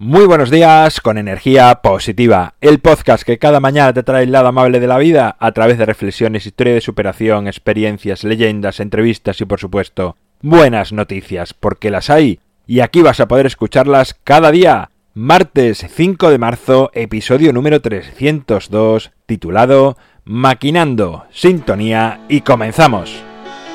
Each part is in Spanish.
Muy buenos días con energía positiva, el podcast que cada mañana te trae el lado amable de la vida a través de reflexiones, historia de superación, experiencias, leyendas, entrevistas y por supuesto buenas noticias, porque las hay y aquí vas a poder escucharlas cada día. Martes 5 de marzo, episodio número 302, titulado Maquinando, Sintonía y comenzamos.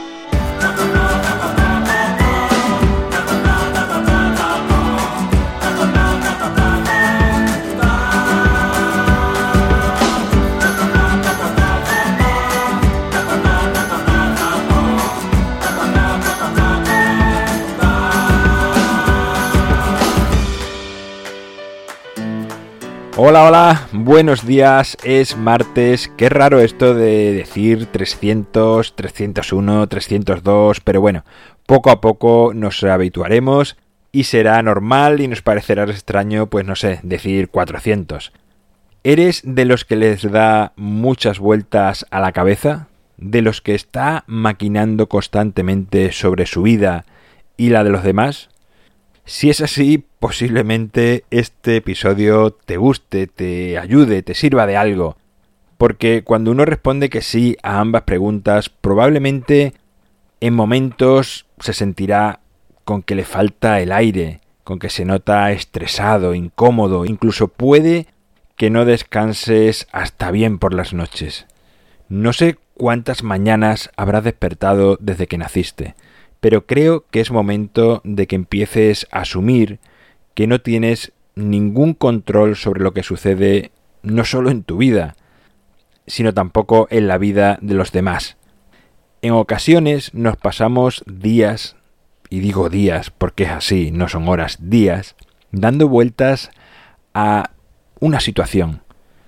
Hola, buenos días, es martes, qué raro esto de decir 300, 301, 302, pero bueno, poco a poco nos habituaremos y será normal y nos parecerá extraño, pues no sé, decir 400. ¿Eres de los que les da muchas vueltas a la cabeza? ¿De los que está maquinando constantemente sobre su vida y la de los demás? Si es así, posiblemente este episodio te guste, te ayude, te sirva de algo. Porque cuando uno responde que sí a ambas preguntas, probablemente en momentos se sentirá con que le falta el aire, con que se nota estresado, incómodo, incluso puede que no descanses hasta bien por las noches. No sé cuántas mañanas habrás despertado desde que naciste, pero creo que es momento de que empieces a asumir que no tienes ningún control sobre lo que sucede no solo en tu vida, sino tampoco en la vida de los demás. En ocasiones nos pasamos días, y digo días porque es así, no son horas, días, dando vueltas a una situación,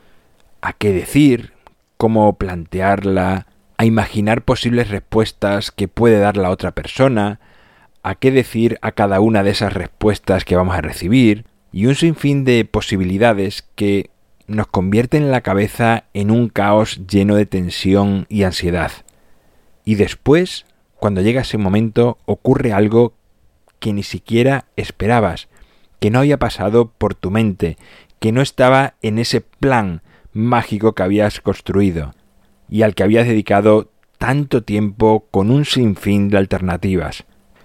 a qué decir, cómo plantearla, a imaginar posibles respuestas que puede dar la otra persona, a qué decir a cada una de esas respuestas que vamos a recibir, y un sinfín de posibilidades que nos convierten la cabeza en un caos lleno de tensión y ansiedad. Y después, cuando llega ese momento, ocurre algo que ni siquiera esperabas, que no había pasado por tu mente, que no estaba en ese plan mágico que habías construido y al que habías dedicado tanto tiempo con un sinfín de alternativas.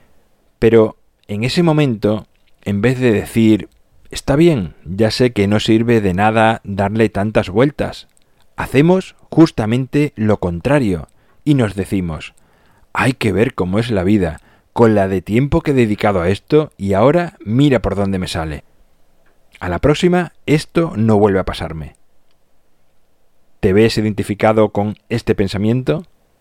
Pero en ese momento, en vez de decir, está bien, ya sé que no sirve de nada darle tantas vueltas, hacemos justamente lo contrario y nos decimos, hay que ver cómo es la vida, con la de tiempo que he dedicado a esto y ahora mira por dónde me sale. A la próxima, esto no vuelve a pasarme. ¿Te ves identificado con este pensamiento?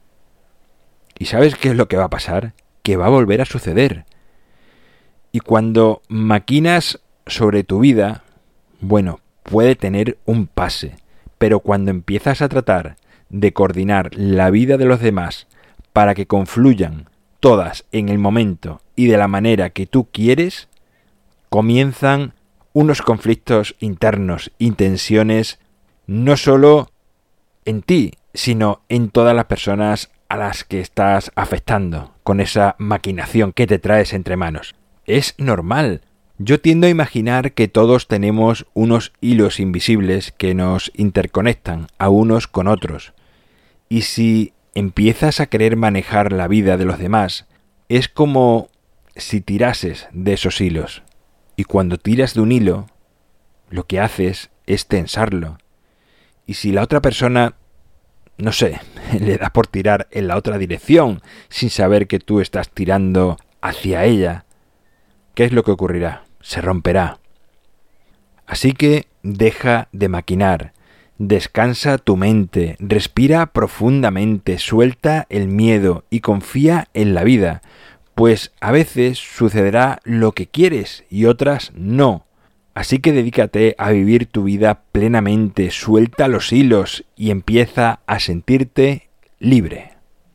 ¿Y sabes qué es lo que va a pasar? Que va a volver a suceder. Y cuando maquinas sobre tu vida, bueno, puede tener un pase, pero cuando empiezas a tratar de coordinar la vida de los demás para que confluyan todas en el momento y de la manera que tú quieres, comienzan unos conflictos internos y tensiones no solo en ti, sino en todas las personas a las que estás afectando con esa maquinación que te traes entre manos. Es normal. Yo tiendo a imaginar que todos tenemos unos hilos invisibles que nos interconectan a unos con otros. Y si empiezas a querer manejar la vida de los demás, es como si tirases de esos hilos. Y cuando tiras de un hilo, lo que haces es tensarlo. Y si la otra persona, no sé, le da por tirar en la otra dirección, sin saber que tú estás tirando hacia ella, ¿qué es lo que ocurrirá? Se romperá. Así que deja de maquinar, descansa tu mente, respira profundamente, suelta el miedo y confía en la vida, pues a veces sucederá lo que quieres y otras no. Así que dedícate a vivir tu vida plenamente, suelta los hilos y empieza a sentirte libre.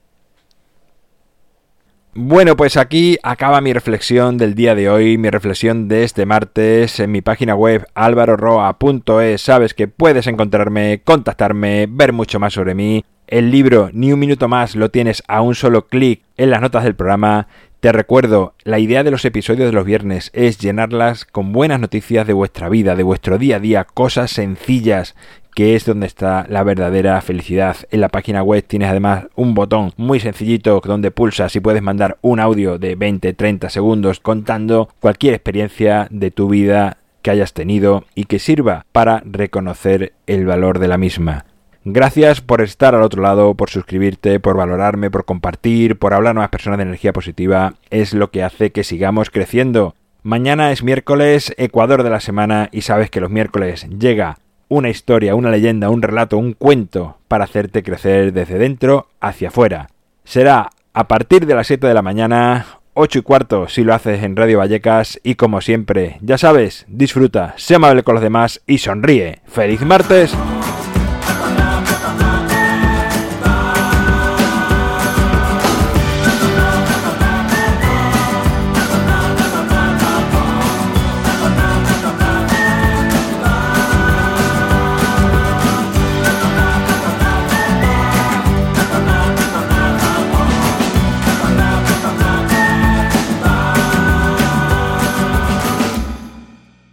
Bueno, pues aquí acaba mi reflexión del día de hoy, mi reflexión de este martes en mi página web alvaroroa.es. Sabes que puedes encontrarme, contactarme, ver mucho más sobre mí. El libro Ni un minuto más lo tienes a un solo clic en las notas del programa. Te recuerdo, la idea de los episodios de los viernes es llenarlas con buenas noticias de vuestra vida, de vuestro día a día, cosas sencillas, que es donde está la verdadera felicidad. En la página web tienes además un botón muy sencillito donde pulsas y puedes mandar un audio de 20-30 segundos contando cualquier experiencia de tu vida que hayas tenido y que sirva para reconocer el valor de la misma. Gracias por estar al otro lado, por suscribirte, por valorarme, por compartir, por hablar a más personas de energía positiva. Es lo que hace que sigamos creciendo. Mañana es miércoles, Ecuador de la semana, y sabes que los miércoles llega una historia, una leyenda, un relato, un cuento para hacerte crecer desde dentro hacia afuera. Será a partir de las 7 de la mañana, 8:15 si lo haces en Radio Vallecas, y como siempre, ya sabes, disfruta, sé amable con los demás y sonríe. ¡Feliz martes!